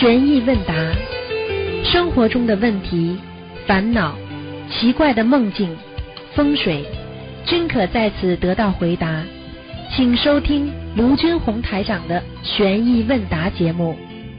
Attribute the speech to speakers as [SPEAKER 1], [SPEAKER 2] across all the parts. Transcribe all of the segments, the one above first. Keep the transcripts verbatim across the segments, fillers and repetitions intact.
[SPEAKER 1] 悬疑问答，生活中的问题、烦恼、奇怪的梦境、风水，均可在此得到回答。请收听卢军红台长的悬疑问答节目。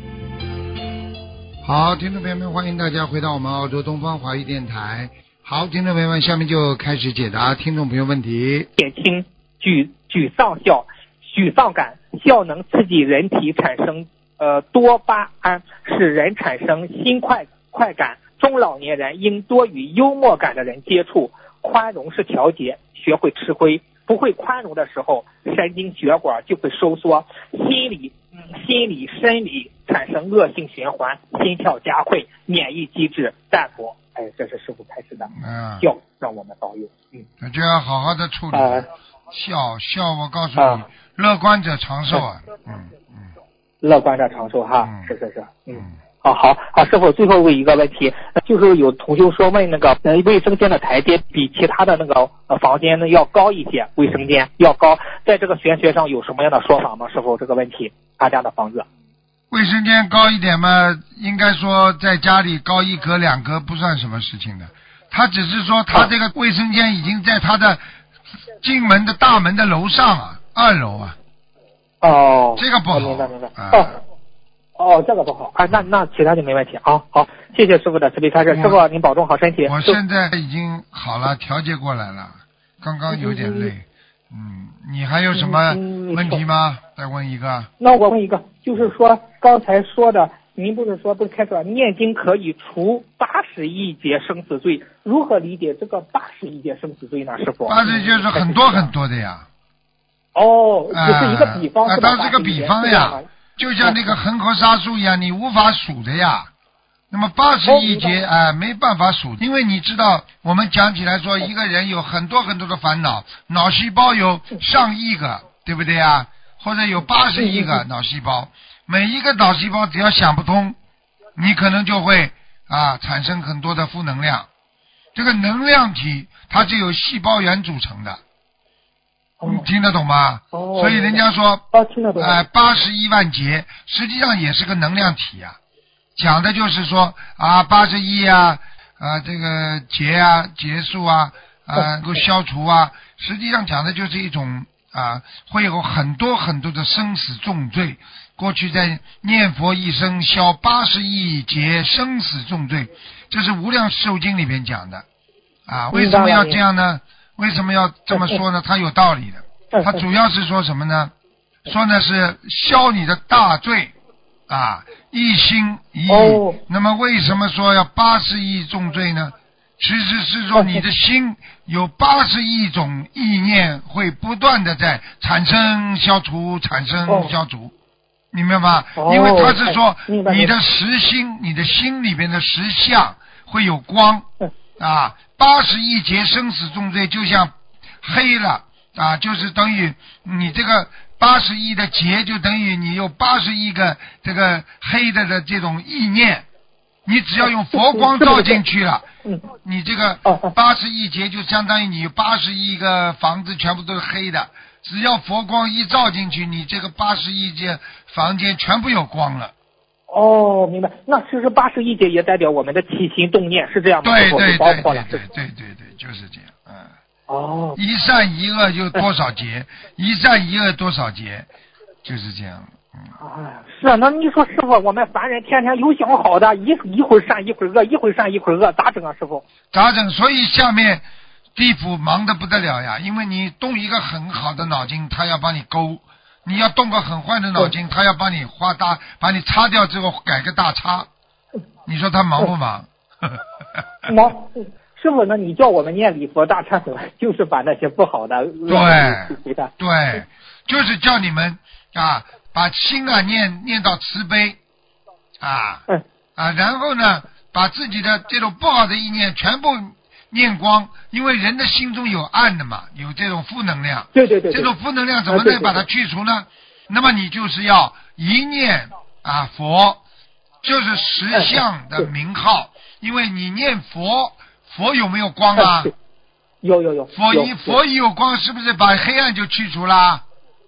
[SPEAKER 2] 好，听众朋友们，欢迎大家回到我们澳洲东方华语电台。好，听众朋友们，下面就开始解答听众朋友问题。
[SPEAKER 3] 减轻沮沮丧效，沮丧感，笑能刺激人体产生呃多巴胺，使人产生新快快感。中老年人应多与幽默感的人接触，宽容是调节，学会吃亏。不会宽容的时候，神经血管就会收缩，心理、嗯、心理、生理产生恶性循环，心跳加快，免疫机制淡薄。哎，这是师父开始的。
[SPEAKER 2] 嗯，
[SPEAKER 3] 笑让我们保佑。嗯，
[SPEAKER 2] 那就要好好的处理。
[SPEAKER 3] 呃、
[SPEAKER 2] 笑笑，我告诉你，
[SPEAKER 3] 呃、
[SPEAKER 2] 乐观者长寿啊。嗯嗯，
[SPEAKER 3] 乐观者长寿哈。
[SPEAKER 2] 嗯、
[SPEAKER 3] 是是是。嗯。
[SPEAKER 2] 嗯
[SPEAKER 3] 好好好，师傅，最后问一个问题，就是有同学说问那个呃卫生间的台阶比其他的那个呃房间呢要高一些，卫生间要高，在这个玄学上有什么样的说法吗？师傅，这个问题，他家的房子
[SPEAKER 2] 卫生间高一点嘛，应该说在家里高一格两格不算什么事情的，他只是说他这个卫生间已经在他的进门的大门的楼上啊，二楼啊。
[SPEAKER 3] 哦，
[SPEAKER 2] 这个不好。
[SPEAKER 3] 明白明白。
[SPEAKER 2] 啊、
[SPEAKER 3] 哦。哦，这个不好啊，那那其他就没问题啊。好，谢谢师傅的慈悲开示，师傅您保重好身体。
[SPEAKER 2] 我现在已经好了，调节过来了，刚刚有点累。嗯, 嗯，你还有什么问题吗？嗯、再问一个。
[SPEAKER 3] 那我问一个，就是说刚才说的，您不是说不是开始念经可以除八十亿劫生死罪？如何理解这个八十亿劫生死罪呢？师傅？
[SPEAKER 2] 八十就是很多很多的呀。
[SPEAKER 3] 哦，只是一个比方。
[SPEAKER 2] 啊，它是个比方呀。就像那个恒河沙数一样，你无法数的呀。那么八十亿劫啊、呃，没办法数，因为你知道，我们讲起来说，一个人有很多很多的烦恼，脑细胞有上亿个，对不对呀？或者有八十亿个脑细胞，每一个脑细胞只要想不通，你可能就会啊产生很多的负能量。这个能量体它是由细胞源组成的。你听得懂吗？
[SPEAKER 3] 哦，
[SPEAKER 2] 所以人家说，
[SPEAKER 3] 哦，听得懂。
[SPEAKER 2] 哎、呃，八十一万劫，实际上也是个能量体呀、啊。讲的就是说啊，八十一啊，啊这个劫啊，劫数啊，啊能够消除啊，实际上讲的就是一种啊，会有很多很多的生死重罪。过去在念佛一生消八十亿劫生死重罪，这是无量寿经里面讲的啊。为什么要这样呢？为什么要这么说呢？它有道理的。它主要是说什么呢？说呢是消你的大罪啊，一心一意。
[SPEAKER 3] 哦、
[SPEAKER 2] 那么为什么说要八十亿重罪呢？其实是说你的心有八十亿种意念会不断的在产生、消除、产生、消除，明白吗？
[SPEAKER 3] 哦、
[SPEAKER 2] 因为它是说你的实心，你的心里边的实相会有光啊。八十亿劫生死重罪就像黑了啊，就是等于你这个八十亿的劫就等于你有八十亿个这个黑的的这种意念，你只要用佛光照进去了，你这个八十亿劫就相当于你八十亿个房子全部都是黑的，只要佛光一照进去，你这个八十亿间房间全部有光了。
[SPEAKER 3] 哦，明白。那其实八十亿劫也代表我们的起心动念，是这样吗？
[SPEAKER 2] 对对对
[SPEAKER 3] 包括了
[SPEAKER 2] 对对对对对，就是这样。嗯。
[SPEAKER 3] 哦。
[SPEAKER 2] 一善一恶就多少劫，一善一恶多少劫，就是这样。嗯。
[SPEAKER 3] 啊，是啊，那你说师傅，我们凡人天天有想好的，一一会儿善一会儿恶，一会儿善一会儿恶，咋整啊，师傅？
[SPEAKER 2] 咋整？所以下面地府忙得不得了呀，因为你动一个很好的脑筋，他要帮你勾。你要动个很坏的脑筋，他要帮你画大，把你擦掉之后改个大叉，你说他忙不忙？
[SPEAKER 3] 忙。师傅，那你叫我们念礼佛大忏悔，就是把那些不好的
[SPEAKER 2] 对对，就是叫你们啊，把心啊念念到慈悲啊啊，然后呢，把自己的这种不好的意念全部念光，因为人的心中有暗的嘛，有这种负能量。
[SPEAKER 3] 对对 对, 对。
[SPEAKER 2] 这种负能量怎么能把它去除呢？啊、对对对那么你就是要一念啊佛，就是实相的名号，因为你念佛，佛有没有光啊？
[SPEAKER 3] 有有有。
[SPEAKER 2] 佛一佛一有光，是不是把黑暗就去除啦？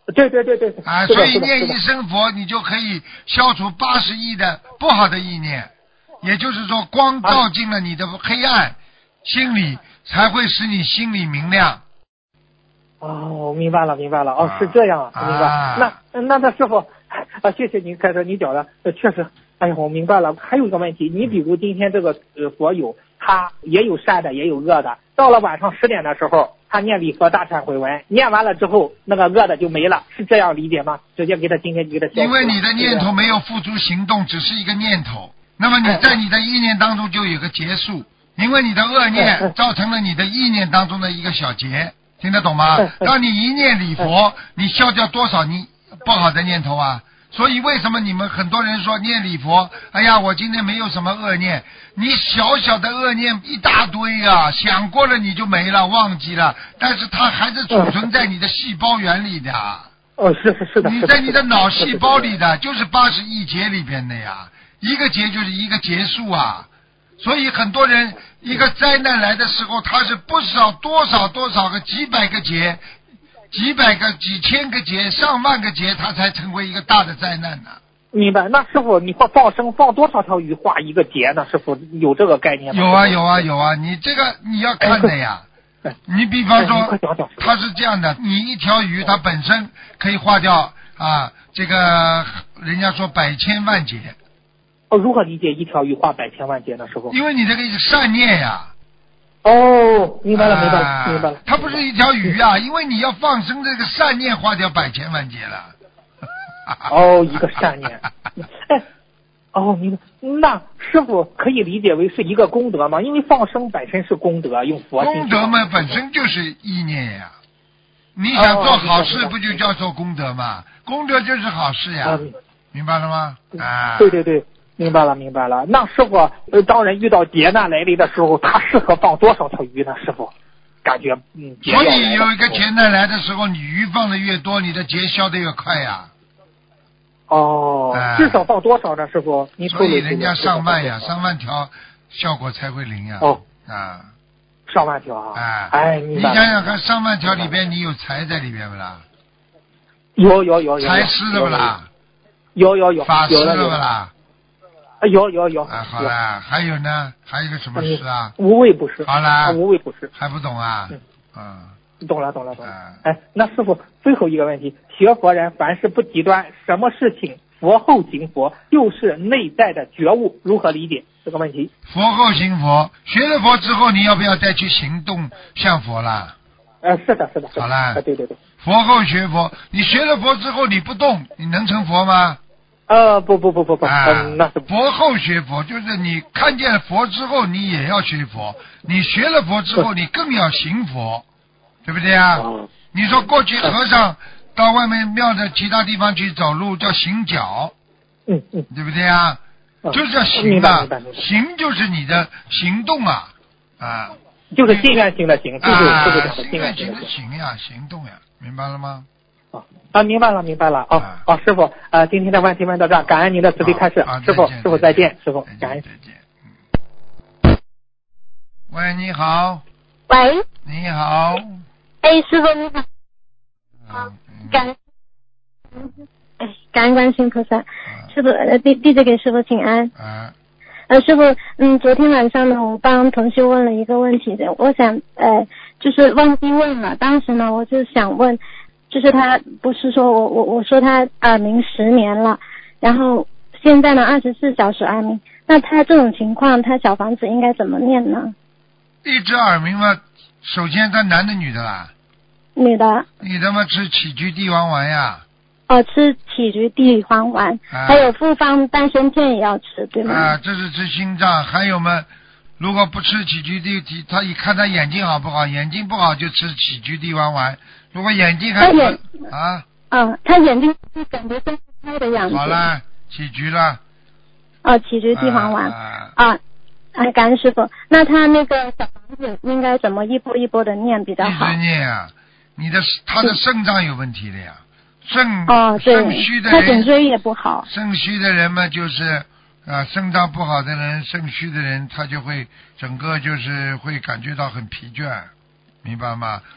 [SPEAKER 3] 对对对对。
[SPEAKER 2] 啊，
[SPEAKER 3] 是的
[SPEAKER 2] 所以念
[SPEAKER 3] 是的是的
[SPEAKER 2] 一声佛，你就可以消除八十亿的不好的意念，也就是说，光照进了你的黑暗，心里才会使你心里明亮。
[SPEAKER 3] 哦，明白了，明白了。哦，
[SPEAKER 2] 啊
[SPEAKER 3] 是这样，明白。
[SPEAKER 2] 啊
[SPEAKER 3] 那那那师傅啊，谢谢您开始你讲的，呃确实，哎呀，我明白了。还有一个问题，你比如今天这个呃佛友，他也有善的，也有恶的。到了晚上十点的时候，他念礼佛大忏悔文，念完了之后，那个恶的就没了，是这样理解吗？直接给他今天就给他消除了。
[SPEAKER 2] 因为你的念头没有付诸行动，只是一个念头，那么你在你的意念当中就有个结束，因为你的恶念造成了你的意念当中的一个小结，听得懂吗？当你一念礼佛，你消掉多少你不好的念头啊？所以为什么你们很多人说念礼佛，哎呀，我今天没有什么恶念，你小小的恶念一大堆啊，想过了你就没了，忘记了，但是它还是储存在你的细胞源里的。
[SPEAKER 3] 哦，是是是的。
[SPEAKER 2] 你在你的脑细胞里的，就是八十亿节里边的呀，一个节就是一个结束啊。所以很多人一个灾难来的时候，他是不少多少多少个几百个节。几百个、几千个节、上万个节，它才成为一个大的灾难呢。
[SPEAKER 3] 明白。那师傅，你放放生放多少条鱼画一个节呢？师傅有这个概念吗？
[SPEAKER 2] 有啊，有啊，有啊。你这个你要看的呀。
[SPEAKER 3] 哎、
[SPEAKER 2] 你比方说，
[SPEAKER 3] 哎、
[SPEAKER 2] 它是这样的，你一条鱼它本身可以化掉啊，这个人家说百千万劫。
[SPEAKER 3] 哦，如何理解一条鱼化百千万劫呢？师傅？
[SPEAKER 2] 因为你这个善念呀。
[SPEAKER 3] 哦，明白了，明白了，
[SPEAKER 2] 啊、
[SPEAKER 3] 明白了。
[SPEAKER 2] 它不是一条鱼啊，因为你要放生这个善念，花掉百千万劫了。
[SPEAKER 3] 哦，一个善念。哎，哦，明白。那师傅可以理解为是一个功德吗？因为放生本身是功德，用佛心。
[SPEAKER 2] 功德嘛，本身就是意念呀。你想做好事，不就叫做功德吗？功德就是好事呀，
[SPEAKER 3] 嗯、
[SPEAKER 2] 明白了吗？啊，
[SPEAKER 3] 对对对。明白了，明白了。那师傅，呃，当人遇到劫难来临的时候，他适合放多少条鱼呢？师傅，感觉嗯。
[SPEAKER 2] 所以有一个劫难来的时候，你鱼放的越多，你的劫消的越快呀。
[SPEAKER 3] 哦，
[SPEAKER 2] 啊、
[SPEAKER 3] 至少放多少呢？师傅，您
[SPEAKER 2] 所以人家上万呀，上万条效果才会灵呀。
[SPEAKER 3] 哦，
[SPEAKER 2] 啊，
[SPEAKER 3] 上万条啊。
[SPEAKER 2] 啊，
[SPEAKER 3] 哎，
[SPEAKER 2] 你想想看，上万条里边你有财在里边不啦？
[SPEAKER 3] 有有有有。
[SPEAKER 2] 财师的不啦？
[SPEAKER 3] 有有有。
[SPEAKER 2] 法师的不啦？
[SPEAKER 3] 有有有
[SPEAKER 2] 啊，好啦，还有呢？还有一个什么事啊？
[SPEAKER 3] 无畏不施。
[SPEAKER 2] 好啦，
[SPEAKER 3] 无畏不施。
[SPEAKER 2] 还不懂啊？
[SPEAKER 3] 嗯，
[SPEAKER 2] 嗯
[SPEAKER 3] 懂了懂了懂了。哎，那师傅最后一个问题，学佛人凡事不极端，什么事情佛后行佛，就是内在的觉悟，如何理解这个问题？
[SPEAKER 2] 佛后行佛，学了佛之后，你要不要再去行动向佛啦？
[SPEAKER 3] 呃，是的，是的。
[SPEAKER 2] 好啦，
[SPEAKER 3] 对对对。
[SPEAKER 2] 佛后学佛，你学了佛之后你不动，你能成佛吗？
[SPEAKER 3] 呃，不不不不不，
[SPEAKER 2] 啊、
[SPEAKER 3] 嗯，那是
[SPEAKER 2] 佛后学佛，就是你看见了佛之后，你也要学佛；你学了佛之后，你更要行佛，对不对啊？
[SPEAKER 3] 哦、
[SPEAKER 2] 你说过去和尚到外面庙的其他地方去走路叫行脚，
[SPEAKER 3] 嗯嗯，
[SPEAKER 2] 对不对啊？
[SPEAKER 3] 嗯、
[SPEAKER 2] 就是要行啊，行就是你的行动啊啊，
[SPEAKER 3] 就是心愿行的行，就是这个
[SPEAKER 2] 心愿行的行呀，行动呀，明白了吗？
[SPEAKER 3] 啊，明白了，明白了。哦，哦，师傅，呃，今天的问题问到这儿，感恩您的慈悲开示，师傅，师傅再见，师傅，感恩。
[SPEAKER 2] 再见。嗯。喂，你好。
[SPEAKER 4] 喂。
[SPEAKER 2] 你好。
[SPEAKER 4] 哎，师傅你好。啊，感恩。哎，感恩观世音菩萨。师傅，呃，弟弟子给师傅请安。
[SPEAKER 2] 啊。
[SPEAKER 4] 呃，师傅，嗯，昨天晚上呢，我帮同学问了一个问题的，我想，呃，就是忘记问了，当时呢，我就想问。就是他不是说我我我说他耳鸣十年了，然后现在呢二十四小时耳鸣，那他这种情况，他小房子应该怎么念呢？
[SPEAKER 2] 一直耳鸣嘛，首先他男的女的啦？
[SPEAKER 4] 女的。
[SPEAKER 2] 女的嘛吃杞菊地黄丸呀。
[SPEAKER 4] 哦，吃杞菊地黄丸，
[SPEAKER 2] 啊、
[SPEAKER 4] 还有复方丹参片也要吃，对吗？
[SPEAKER 2] 啊，这是治心脏，还有嘛，如果不吃杞菊地，他一看他眼睛好不好，眼睛不好就吃杞菊地黄丸。如果眼睛还
[SPEAKER 4] 眼
[SPEAKER 2] 啊，
[SPEAKER 4] 嗯，他眼睛就感觉睁不开的样子。
[SPEAKER 2] 好了，杞菊了。
[SPEAKER 4] 哦，杞菊地黄丸
[SPEAKER 2] 啊
[SPEAKER 4] 啊，啊，感恩师傅。那他那个小房子应该怎么一波一波的念比较好？
[SPEAKER 2] 一直念啊，你的他的肾脏有问题的呀，肾
[SPEAKER 4] 哦对，
[SPEAKER 2] 肾虚的人，
[SPEAKER 4] 他颈椎也不好。
[SPEAKER 2] 肾虚的人嘛，就是啊，肾脏不好的人，肾虚的人，他就会整个就是会感觉到很疲倦，明白吗？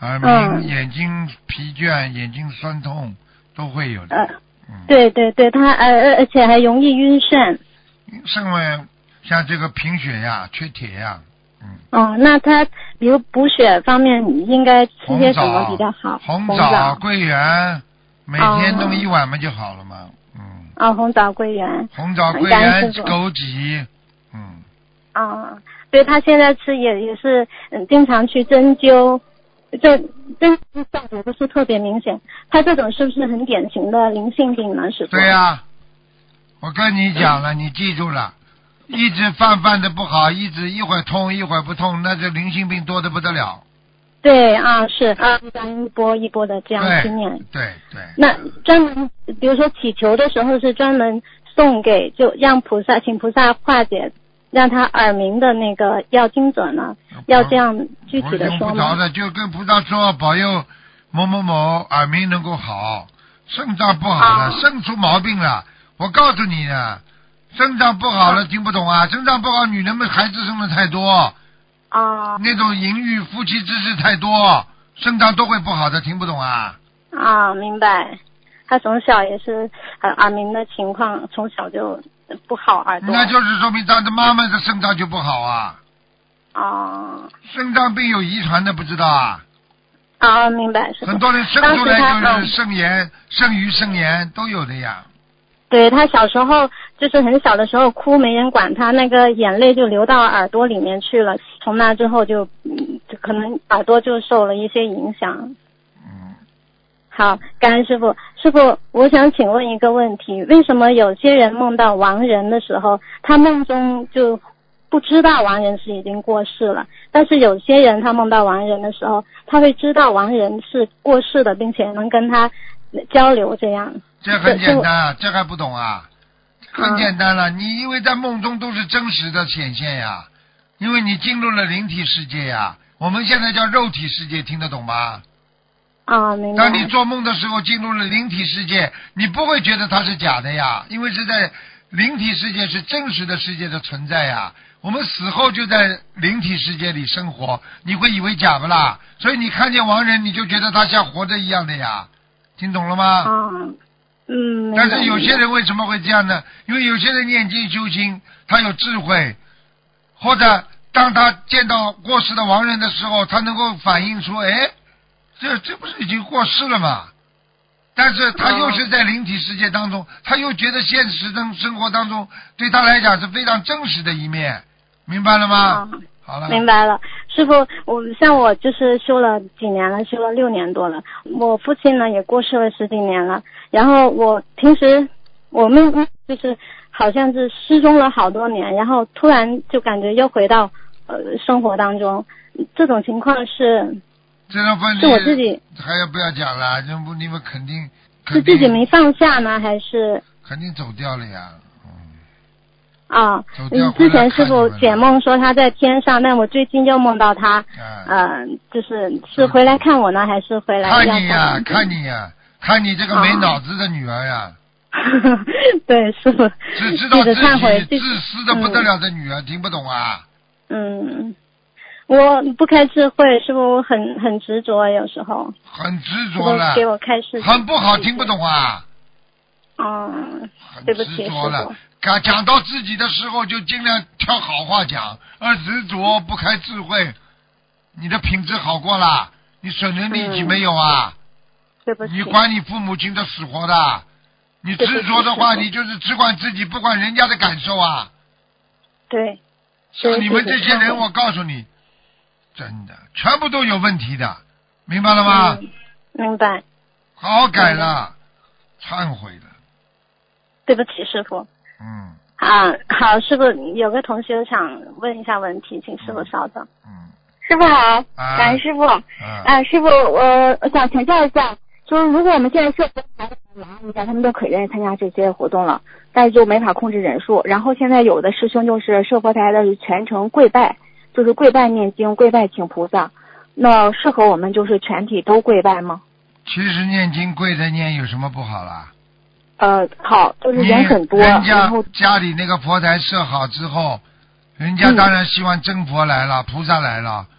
[SPEAKER 2] 耳鸣、
[SPEAKER 4] 嗯
[SPEAKER 2] 眼睛疲倦、眼睛酸痛都会有的。
[SPEAKER 4] 呃，
[SPEAKER 2] 嗯，
[SPEAKER 4] 对对对，他呃而且还容易晕眩。
[SPEAKER 2] 肾为像这个贫血呀、缺铁呀，嗯。
[SPEAKER 4] 哦，那他比如补血方面应该吃
[SPEAKER 2] 红
[SPEAKER 4] 些什么
[SPEAKER 2] 枣
[SPEAKER 4] 比较好？
[SPEAKER 2] 红
[SPEAKER 4] 枣、
[SPEAKER 2] 枣、桂圆，每天弄一碗嘛就好了嘛。嗯。
[SPEAKER 4] 哦，红枣、桂圆。
[SPEAKER 2] 红枣、桂
[SPEAKER 4] 感恩
[SPEAKER 2] 圆、
[SPEAKER 4] 师傅
[SPEAKER 2] 枸杞，嗯。
[SPEAKER 4] 啊，对他现在吃也也是嗯，经常去针灸，这针灸效果不是特别明显。他这种是不是很典型的灵性病呢？师傅？
[SPEAKER 2] 对呀、啊，我跟你讲了，你记住了，一直犯犯的不好，一直一会儿痛一会儿不痛，那这灵性病多得不得了。
[SPEAKER 4] 对啊，是啊，这样一波一波的这样去念。
[SPEAKER 2] 对对。
[SPEAKER 4] 那专门比如说祈求的时候是专门送给，就让菩萨请菩萨化解，让他耳鸣的那个要精准呢？要这样具体的说
[SPEAKER 2] 用不着的，就跟菩萨说保佑某某某耳鸣能够好，肾脏不好了，
[SPEAKER 4] 啊、
[SPEAKER 2] 肾出毛病了。我告诉你呢，肾脏不好了，啊、听不懂啊？肾脏不好，女人们孩子生的太多。
[SPEAKER 4] 啊，
[SPEAKER 2] 那种淫欲夫妻之事太多，肾脏都会不好的，听不懂啊？
[SPEAKER 4] 啊，明白。他从小也是呃耳鸣的情况，从小就不好耳朵。
[SPEAKER 2] 那就是说明他的妈妈的肾脏就不好啊。
[SPEAKER 4] 啊。
[SPEAKER 2] 肾脏病有遗传的，不知道啊？
[SPEAKER 4] 啊，明白。是
[SPEAKER 2] 很多人生出来就是肾炎、肾盂肾炎都有的呀。
[SPEAKER 4] 对，他小时候就是很小的时候哭没人管他，那个眼泪就流到耳朵里面去了，从那之后就嗯就可能耳朵就受了一些影响。
[SPEAKER 2] 嗯。
[SPEAKER 4] 好，感恩师傅。师傅，我想请问一个问题，为什么有些人梦到亡人的时候，他梦中就不知道亡人是已经过世了，但是有些人他梦到亡人的时候，他会知道亡人是过世的，并且能跟他交流这样。
[SPEAKER 2] 这很简单啊，这还不懂啊？很简单了，你因为在梦中都是真实的显现呀，因为你进入了灵体世界呀，我们现在叫肉体世界，听得懂吗？
[SPEAKER 4] 啊，明白。
[SPEAKER 2] 当你做梦的时候进入了灵体世界，你不会觉得它是假的呀，因为是在灵体世界是真实的世界的存在呀。我们死后就在灵体世界里生活，你会以为假不啦？所以你看见亡人，你就觉得他像活着一样的呀，听懂了吗？
[SPEAKER 4] 啊。嗯，
[SPEAKER 2] 但是有些人为什么会这样呢？因为有些人念经修心，他有智慧，或者当他见到过世的亡人的时候，他能够反映出，哎，这这不是已经过世了吗？但是他又是在灵体世界当中，他又觉得现实的生活当中对他来讲是非常真实的一面，明白了吗？
[SPEAKER 4] 啊，
[SPEAKER 2] 好了，
[SPEAKER 4] 明白了。师傅，我像我就是修了几年了，修了六年多了。我父亲呢也过世了十几年了，然后我平时我们就是好像是失踪了好多年，然后突然就感觉又回到呃生活当中。这种情况是
[SPEAKER 2] 这种问题
[SPEAKER 4] 是我自己
[SPEAKER 2] 还要不要讲了？这不你们肯定
[SPEAKER 4] 是自己没放下呢，还是
[SPEAKER 2] 肯定走掉了呀？
[SPEAKER 4] 啊，嗯，之前师傅解梦说他在天上，但我最近又梦到他，嗯、呃，就是是回来看我呢，还是回来要
[SPEAKER 2] 看你呀，看你呀，看你这个没脑子的女儿呀！
[SPEAKER 4] 啊、对，师傅
[SPEAKER 2] 只知道自己
[SPEAKER 4] 自
[SPEAKER 2] 私的不得了的女儿，嗯、听不懂啊？
[SPEAKER 4] 嗯，我不开智慧，师傅，我很很执着，有时候
[SPEAKER 2] 很执着了，
[SPEAKER 4] 给我开示，
[SPEAKER 2] 很不好，听不懂啊？
[SPEAKER 4] 嗯，对不起，
[SPEAKER 2] 执着了。讲讲到自己的时候，就尽量挑好话讲，而执着不开智慧，你的品质好过啦，你损人利己没有啊？
[SPEAKER 4] 嗯、对不起。
[SPEAKER 2] 你管你父母亲的死活的，你执着的话，你就是只管自己，不管人家的感受啊。
[SPEAKER 4] 对。
[SPEAKER 2] 像你们这些人，我告诉你，真的全部都有问题的，明白了吗？
[SPEAKER 4] 嗯、明白。
[SPEAKER 2] 好好改了，忏悔了。
[SPEAKER 4] 对不起，师傅。
[SPEAKER 2] 嗯。
[SPEAKER 4] 啊，好，师傅，有个同学想问一下问题，请师傅稍等。
[SPEAKER 2] 嗯。
[SPEAKER 5] 师傅好，
[SPEAKER 2] 啊、
[SPEAKER 5] 感恩师傅。
[SPEAKER 2] 啊、
[SPEAKER 5] 呃，师傅，我我想请教一下，就是如果我们现在社福台量一下，他们都可愿意参加这些活动了，但是就没法控制人数。然后现在有的师兄就是社佛台的全程跪拜，就是跪拜念经，跪拜请菩萨。那适合我们就是全体都跪拜吗？
[SPEAKER 2] 其实念经跪着念有什么不好啦？
[SPEAKER 5] 呃，好，就是人很多，
[SPEAKER 2] 人家
[SPEAKER 5] 然后
[SPEAKER 2] 家里那个佛台设好之后，人家当然希望真佛来了，嗯、菩萨来了，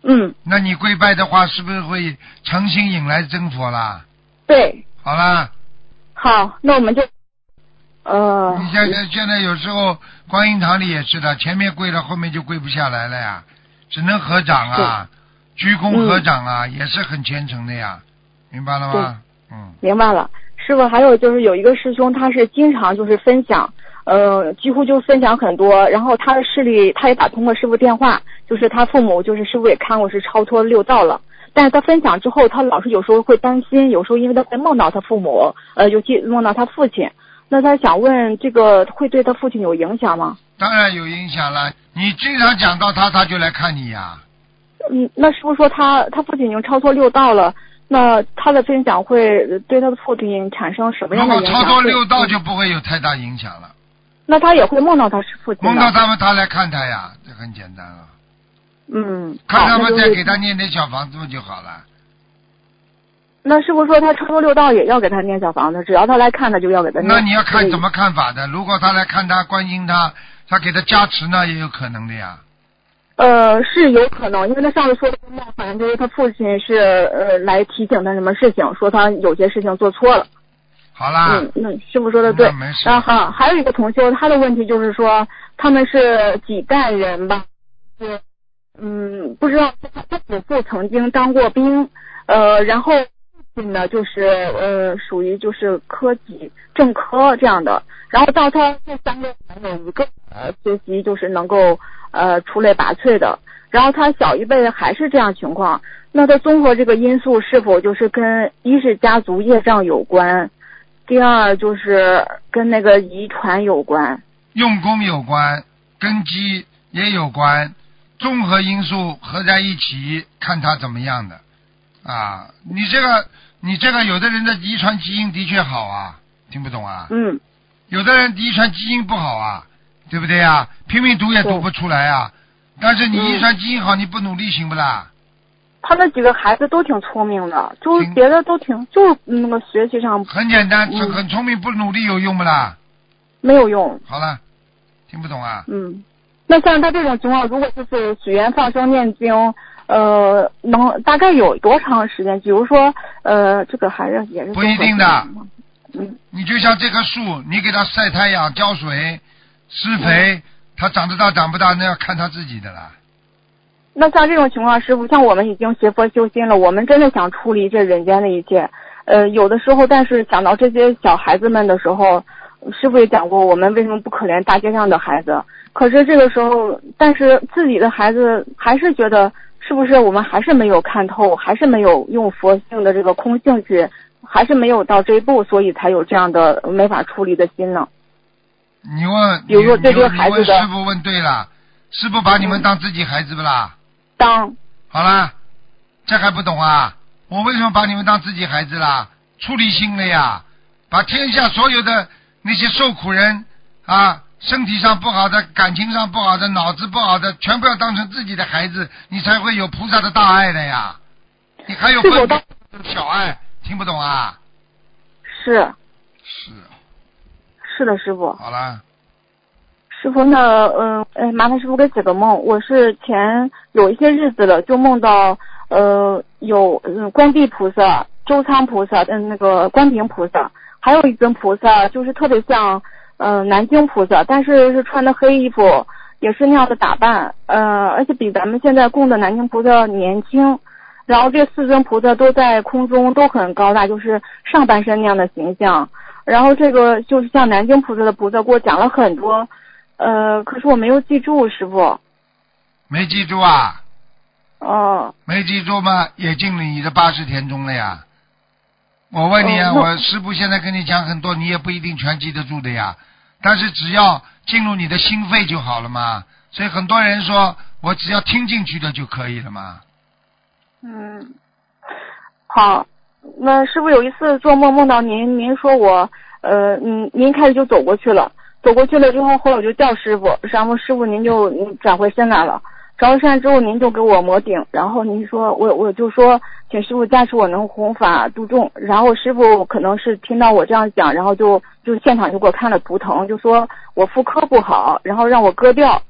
[SPEAKER 5] 嗯。
[SPEAKER 2] 那你跪拜的话，是不是会诚心引来真佛啦？
[SPEAKER 5] 对。
[SPEAKER 2] 好啦。
[SPEAKER 5] 好，那我们就。呃。
[SPEAKER 2] 你现在现在有时候观音堂里也是的，前面跪了，后面就跪不下来了呀，只能合掌啊，鞠躬合掌啊，嗯、也是很虔诚的呀，明白了吗？嗯。
[SPEAKER 5] 明白了，师傅。还有就是有一个师兄，他是经常就是分享。呃，几乎就分享很多，然后他的视力，他也打通过师傅电话，就是他父母，就是师傅也看过是超脱六道了，但是他分享之后，他老是有时候会担心，有时候因为他会梦到他父母，呃，尤其梦到他父亲，那他想问这个会对他父亲有影响吗？
[SPEAKER 2] 当然有影响了，你经常讲到他，他就来看你呀。
[SPEAKER 5] 嗯，那师傅说他他父亲已经超脱六道了，那他的分享会对他的父亲产生什么样的影响？
[SPEAKER 2] 如果超脱六道就不会有太大影响了。
[SPEAKER 5] 那他也会梦到他是父亲。
[SPEAKER 2] 梦到他们，他来看他呀，这很简单了。
[SPEAKER 5] 嗯。
[SPEAKER 2] 看他们再给他念点小房子就好了。
[SPEAKER 5] 那师傅说他超脱六道也要给他念小房子，只要他来看他就要给他念。
[SPEAKER 2] 那你要看怎么看法的？如果他来看他关心他，他给他加持呢，也有可能的呀。
[SPEAKER 5] 呃，是有可能，因为他上次说的梦，反正就是他父亲是呃来提醒他什么事情，说他有些事情做错了。
[SPEAKER 2] 好啦。
[SPEAKER 5] 嗯嗯，师傅说的对。
[SPEAKER 2] 没事。
[SPEAKER 5] 然后好，还有一个同修，他的问题就是说，他们是几代人吧？是，嗯，不知道他他祖父曾经当过兵，呃，然后父亲呢就是呃属于就是科级正科这样的，然后到他这三个人有一个呃学习就是能够呃出类拔萃的，然后他小一辈还是这样情况，那他综合这个因素是否就是跟一是家族业障有关？第二就是跟那个遗传有关，
[SPEAKER 2] 用功有关，根基也有关，综合因素合在一起看他怎么样的啊。你这个你这个有的人的遗传基因的确好啊，听不懂啊？
[SPEAKER 5] 嗯。
[SPEAKER 2] 有的人遗传基因不好啊，对不对啊？拼命读也读不出来啊。但是你遗传基因好，嗯、你不努力行不啦？
[SPEAKER 5] 他那几个孩子都挺聪明的，就是别的都挺，就是那个学习上
[SPEAKER 2] 很简单，嗯、很聪明，不努力有用不啦？
[SPEAKER 5] 没有用。
[SPEAKER 2] 好了，听不懂啊？
[SPEAKER 5] 嗯，那像他这种情况，如果就是许愿放生念经，呃，能大概有多长时间？比如说，呃，这个孩子也是
[SPEAKER 2] 不一定的。
[SPEAKER 5] 嗯，
[SPEAKER 2] 你就像这棵树，你给它晒太阳、浇水、施肥，它、嗯、长得大长不大，那要看它自己的了。
[SPEAKER 5] 那像这种情况，师傅，像我们已经学佛修心了，我们真的想处理这人间的一切。呃，有的时候，但是想到这些小孩子们的时候，师傅也讲过，我们为什么不可怜大街上的孩子？可是这个时候，但是自己的孩子还是觉得，是不是我们还是没有看透，还是没有用佛性的这个空性去，还是没有到这一步，所以才有这样的没法处理的心呢？
[SPEAKER 2] 你问，
[SPEAKER 5] 比如说对这个孩子的，
[SPEAKER 2] 师傅问对了，师傅把你们当自己孩子不啦？嗯
[SPEAKER 5] 当
[SPEAKER 2] 好啦，这还不懂啊？我为什么把你们当自己孩子啦？出离心了呀，把天下所有的那些受苦人啊，身体上不好的、感情上不好的、脑子不好的，全部要当成自己的孩子，你才会有菩萨的大爱的呀。你还有分别小爱，听不懂啊？
[SPEAKER 5] 是
[SPEAKER 2] 是
[SPEAKER 5] 是的，师傅。
[SPEAKER 2] 好啦。
[SPEAKER 5] 师傅，那嗯呃，麻烦师傅给解个梦。我是前有一些日子了，就梦到呃有嗯观地菩萨、周仓菩萨、嗯那个观平菩萨，还有一尊菩萨，就是特别像呃南京菩萨，但是是穿的黑衣服，也是那样的打扮，呃而且比咱们现在供的南京菩萨年轻。然后这四尊菩萨都在空中，都很高大，就是上半身那样的形象。然后这个就是像南京菩萨的菩萨给我讲了很多。呃，可是我没有记住，师傅。
[SPEAKER 2] 没记住啊？
[SPEAKER 5] 哦。
[SPEAKER 2] 没记住吗？也进了你的八十田中了呀。我问你啊，哦、我师傅现在跟你讲很多，你也不一定全记得住的呀。但是只要进入你的心肺就好了嘛。所以很多人说我只要听进去的就可以了嘛。
[SPEAKER 5] 嗯。好，那师傅有一次做梦梦到您，您说我呃，您您开始就走过去了。走过去了之后，后来我就叫师傅，然后师傅您就转回身来了，转回身之后您就给我摩顶，然后您说我我就说请师傅加持我能弘法度众，然后师傅可能是听到我这样讲，然后就就现场就给我看了图腾，就说我妇科不好，然后让我割掉，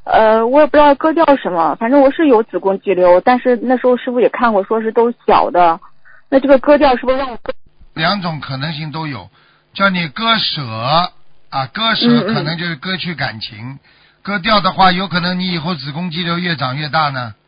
[SPEAKER 5] 呃，我也不知道割掉什么，反正我是有子宫肌瘤，但是那时候师傅也看过，说是都小的。那这个割掉是不是让我割？
[SPEAKER 2] 两种可能性都有，叫你割舍啊，割舍
[SPEAKER 5] 嗯嗯
[SPEAKER 2] 可能就是割去感情，割掉的话，有可能你以后子宫肌瘤越长越大呢。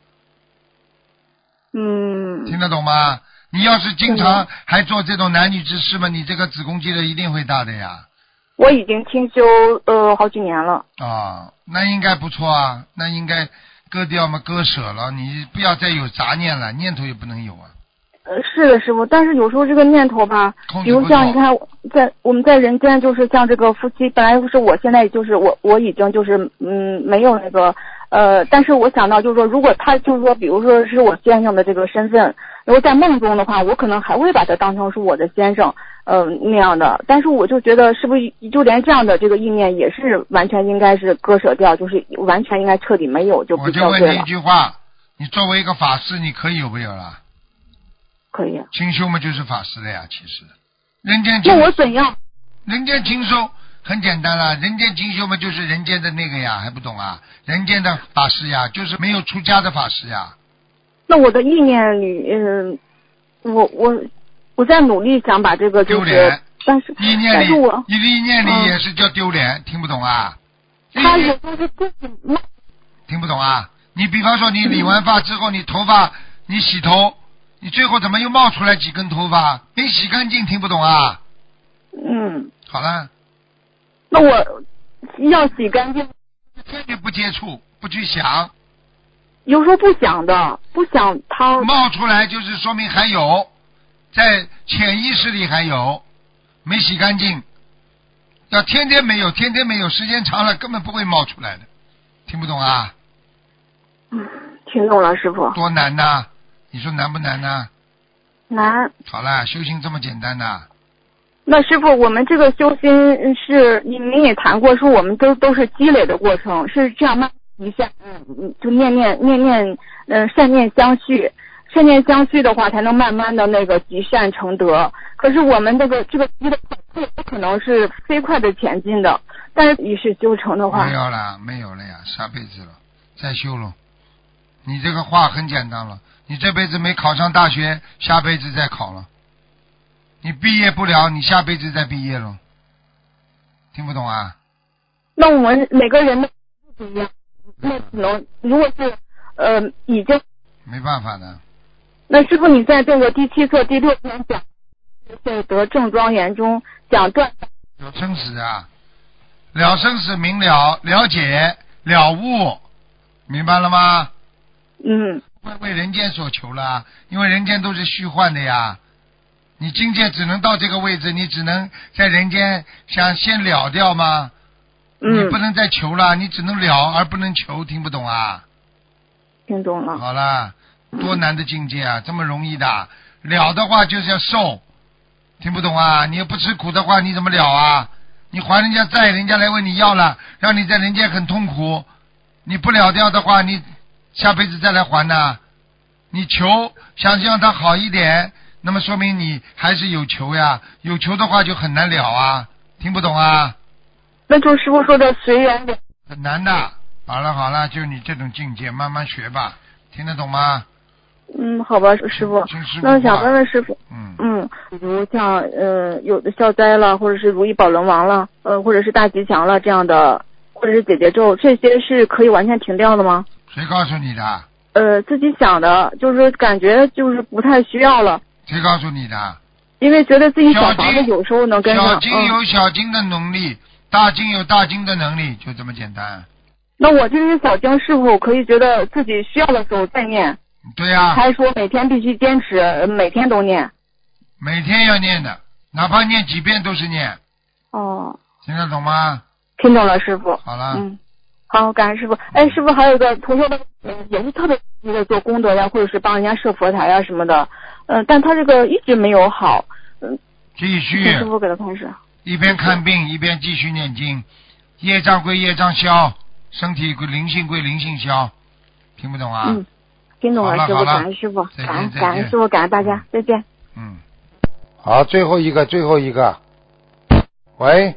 [SPEAKER 5] 嗯。
[SPEAKER 2] 听得懂吗？你要是经常还做这种男女之事嘛，你这个子宫肌瘤一定会大的呀。
[SPEAKER 5] 我已经清修呃好几年了。
[SPEAKER 2] 啊，那应该不错啊，那应该割掉嘛，割舍了，你不要再有杂念了，念头也不能有啊。
[SPEAKER 5] 呃，是的，师傅，但是有时候这个念头吧，比如
[SPEAKER 2] 控制不住
[SPEAKER 5] 像你看，在我们在人间，就是像这个夫妻，本来就是我现在就是我我已经就是嗯没有那个呃，但是我想到就是说，如果他就是说，比如说是我先生的这个身份，如果在梦中的话，我可能还会把他当成是我的先生，呃那样的。但是我就觉得，是不是就连这样的这个意念也是完全应该是割舍掉，就是完全应该彻底没有，就不
[SPEAKER 2] 我就
[SPEAKER 5] 叫对了
[SPEAKER 2] 问你一。句话，你作为一个法师，你可以有没有了？
[SPEAKER 5] 可以。
[SPEAKER 2] 清修嘛就是法师了呀，其实人间清
[SPEAKER 5] 那我怎样？
[SPEAKER 2] 人间清修很简单啦，人间清修嘛就是人间的那个呀，还不懂啊？人间的法师呀，就是没有出家的法师呀。
[SPEAKER 5] 那我的意念里，嗯、我我我在努力想把这个就是
[SPEAKER 2] 丢脸，
[SPEAKER 5] 但是
[SPEAKER 2] 意念里
[SPEAKER 5] 但是我，
[SPEAKER 2] 你的意念里
[SPEAKER 5] 嗯
[SPEAKER 2] 也是叫丢脸，听不懂啊？
[SPEAKER 5] 他有时候是自己慢，
[SPEAKER 2] 听不懂啊？你比方说你理完发之后，你头发你洗头，你最后怎么又冒出来几根头发？没洗干净，听不懂啊？
[SPEAKER 5] 嗯，
[SPEAKER 2] 好了，
[SPEAKER 5] 那我要洗干净，
[SPEAKER 2] 坚决不接触，不去想，
[SPEAKER 5] 有时候不想的，不想他
[SPEAKER 2] 冒出来就是说明还有，在潜意识里还有，没洗干净。要天天没有，天天没有，时间长了根本不会冒出来的，听不懂啊？
[SPEAKER 5] 嗯，听懂了，师傅。
[SPEAKER 2] 多难呐！你说难不难呐？
[SPEAKER 5] 难。
[SPEAKER 2] 好了，修行这么简单呐。
[SPEAKER 5] 那师傅，我们这个修心是您您也谈过，说我们都都是积累的过程，是这样慢慢一下，嗯嗯，就念念念念，嗯、呃，善念相续，善念相续的话，才能慢慢的那个积善成德。可是我们这个这个积的不不可能是飞快的前进的，但是一世修成的话，
[SPEAKER 2] 没有了，没有了呀，下辈子了，再修了。你这个话很简单了，你这辈子没考上大学，下辈子再考了。你毕业不了，你下辈子再毕业了。听不懂啊？
[SPEAKER 5] 那我们每个人的不一样，那可能如果是呃已经
[SPEAKER 2] 没办法的。
[SPEAKER 5] 那师傅，你在这个第七册第六篇讲在得正庄严中讲断
[SPEAKER 2] 有生死啊，了生死明了，了解了悟，明白了吗？
[SPEAKER 5] 嗯。
[SPEAKER 2] 会为人间所求了，因为人间都是虚幻的呀。你境界只能到这个位置，你只能在人间想先了掉吗？
[SPEAKER 5] 嗯。
[SPEAKER 2] 你不能再求了，你只能了而不能求，听不懂啊？
[SPEAKER 5] 听懂了。
[SPEAKER 2] 好了，多难的境界啊，这么容易的？了的话就是要受，听不懂啊？你要不吃苦的话，你怎么了啊？你还人家债，人家来问你要了，让你在人间很痛苦，你不了掉的话，你下辈子再来还呢？你求想让他好一点，那么说明你还是有求呀，有求的话就很难了啊，听不懂啊？
[SPEAKER 5] 那就师傅说的随缘的。
[SPEAKER 2] 很难的。好了好了，就你这种境界，慢慢学吧，听得懂吗？
[SPEAKER 5] 嗯，好吧，师傅。
[SPEAKER 2] 师傅
[SPEAKER 5] 那想问问师傅，
[SPEAKER 2] 嗯
[SPEAKER 5] 嗯，比如像呃有的消灾了，或者是如意宝轮王了，呃，或者是大吉祥了这样的，或者是解结咒，这些是可以完全停掉的吗？
[SPEAKER 2] 谁告诉你的？
[SPEAKER 5] 呃，自己想的，就是感觉就是不太需要了。
[SPEAKER 2] 谁告诉你的？
[SPEAKER 5] 因为觉得自己小房子有时候能跟上。
[SPEAKER 2] 小经有小经的能力，嗯、大经有大经的能力，就这么简单。
[SPEAKER 5] 那我这些小经是否可以觉得自己需要的时候再念？
[SPEAKER 2] 对呀、啊。
[SPEAKER 5] 还说每天必须坚持，每天都念。
[SPEAKER 2] 每天要念的，哪怕念几遍都是念。
[SPEAKER 5] 哦。
[SPEAKER 2] 听得懂吗？
[SPEAKER 5] 听懂了，师傅。
[SPEAKER 2] 好了。
[SPEAKER 5] 嗯。好，感恩师傅。哎，师傅还有一个同学的，也是特别积极做功德呀，或者是帮人家设佛台呀什么的，嗯、呃，但他这个一直没有好，嗯、呃。
[SPEAKER 2] 继续。
[SPEAKER 5] 师傅给他开始。
[SPEAKER 2] 一边看病一边继续念经，业障归业障消，身体归灵性归灵性消，听不懂啊？
[SPEAKER 5] 嗯，听懂了，师傅，感恩师傅，感恩感恩师傅，感恩大家，再见。
[SPEAKER 2] 嗯，好，最后一个，最后一个，喂。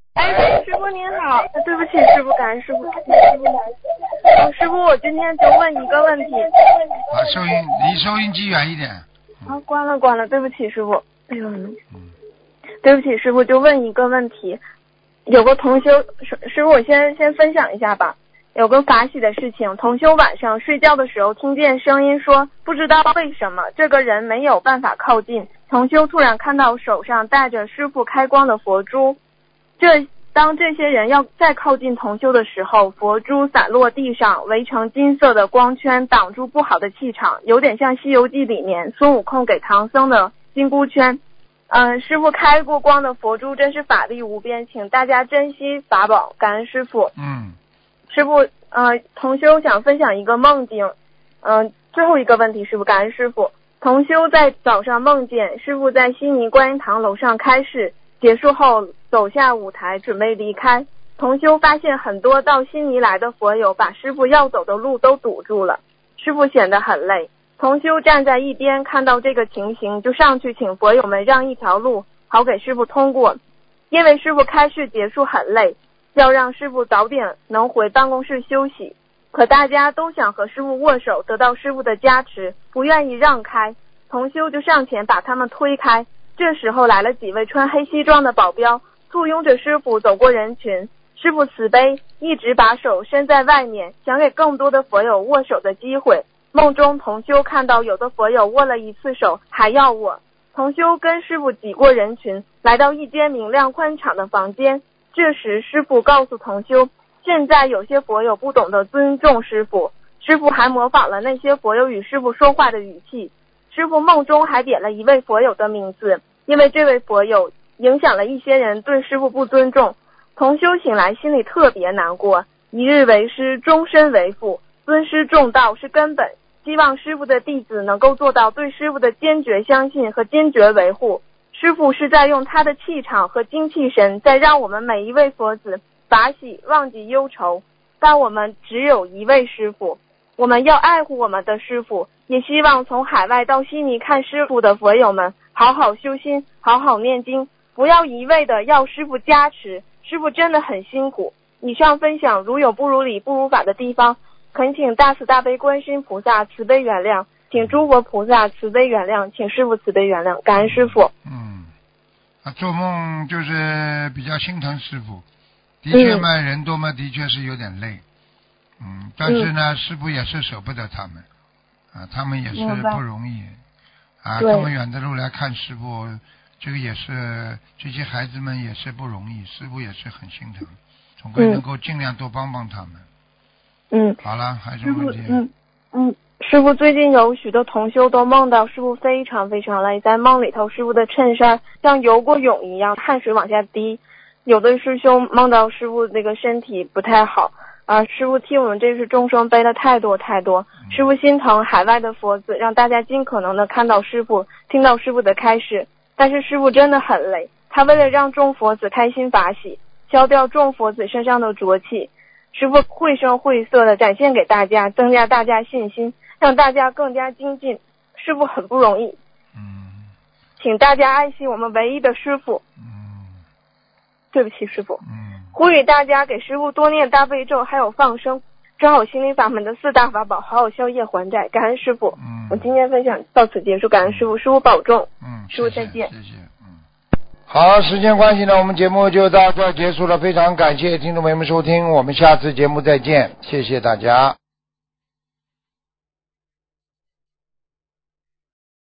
[SPEAKER 6] 哎，师傅您好，对不起，师傅，感恩师傅。哦，师傅，我今天就问一个问题。
[SPEAKER 2] 把收音离收音机远一点。
[SPEAKER 6] 啊，关了关了，对不起，师傅。哎呦，
[SPEAKER 2] 嗯，
[SPEAKER 6] 对不起，师傅，就问一个问题。有个同修，师师傅，我先先分享一下吧。有个法喜的事情，同修晚上睡觉的时候听见声音说，不知道为什么这个人没有办法靠近。同修突然看到手上戴着师父开光的佛珠，这当这些人要再靠近同修的时候，佛珠散落地上，围成金色的光圈，挡住不好的气场，有点像《西游记》里面孙悟空给唐僧的金箍圈。嗯、呃，师父开过光的佛珠真是法力无边，请大家珍惜法宝，感恩师父。
[SPEAKER 2] 嗯，
[SPEAKER 6] 师父，呃，同修想分享一个梦境，嗯、呃，最后一个问题，师父，感恩师父。同修在早上梦见师父在悉尼观音堂楼上开示，结束后走下舞台准备离开。同修发现很多到悉尼来的佛友把师父要走的路都堵住了，师父显得很累。同修站在一边，看到这个情形就上去请佛友们让一条路，好给师父通过。因为师父开示结束很累，要让师父早点能回办公室休息。可大家都想和师父握手，得到师父的加持，不愿意让开。同修就上前把他们推开。这时候来了几位穿黑西装的保镖，簇拥着师父走过人群。师父慈悲，一直把手伸在外面，想给更多的佛友握手的机会。梦中同修看到有的佛友握了一次手还要握。同修跟师父挤过人群，来到一间明亮宽敞的房间。这时师父告诉同修，现在有些佛友不懂得尊重师父，师父还模仿了那些佛友与师父说话的语气。师父梦中还点了一位佛友的名字，因为这位佛友影响了一些人对师父不尊重。同修醒来心里特别难过，一日为师，终身为父，尊师重道是根本，希望师父的弟子能够做到对师父的坚决相信和坚决维护。师父是在用他的气场和精气神在让我们每一位佛子法喜忘记忧愁，但我们只有一位师父，我们要爱护我们的师父，也希望从海外到悉尼看师父的佛友们好好修心，好好念经，不要一味的要师父加持，师父真的很辛苦。以上分享如有不如理不如法的地方，恳请大慈大悲观世音菩萨慈悲原谅，请诸佛菩萨慈悲原谅，请师父慈悲原谅，感恩师父。
[SPEAKER 2] 嗯，啊，做梦就是比较心疼师父，的确嘛，嗯、人多嘛，的确是有点累。嗯，但是呢，嗯、师父也是舍不得他们，啊，他们也是不容易，啊，这么远的路来看师父，这个也是这些孩子们也是不容易，师父也是很心疼，总归能够尽量多帮帮他们。
[SPEAKER 6] 嗯，
[SPEAKER 2] 好了，还有什么问题？
[SPEAKER 6] 嗯嗯，师父最近有许多同修都梦到师父非常非常累，在梦里头师父的衬衫像游过泳一样，汗水往下滴。有的师兄梦到师父那个身体不太好啊，师父替我们这次众生背了太多太多，嗯、师父心疼海外的佛子，让大家尽可能的看到师父，听到师父的开示。但是师父真的很累，他为了让众佛子开心法喜，消掉众佛子身上的浊气，师父绘声绘色的展现给大家，增加大家信心，让大家更加精进。师父很不容易，
[SPEAKER 2] 嗯，
[SPEAKER 6] 请大家爱惜我们唯一的师父。
[SPEAKER 2] 嗯，
[SPEAKER 6] 对不起，师父。
[SPEAKER 2] 嗯，
[SPEAKER 6] 呼吁大家给师父多念大悲咒，还有放生，抓好心灵法门的四大法宝，好好消业还债。感恩师父。
[SPEAKER 2] 嗯，
[SPEAKER 6] 我今天分享到此结束，感恩师父，师父保重。
[SPEAKER 2] 嗯，
[SPEAKER 6] 师父再见。
[SPEAKER 2] 谢谢。嗯，好，时间关系呢，我们节目就到这儿结束了，非常感谢听众朋友们收听，我们下次节目再见，谢谢大家。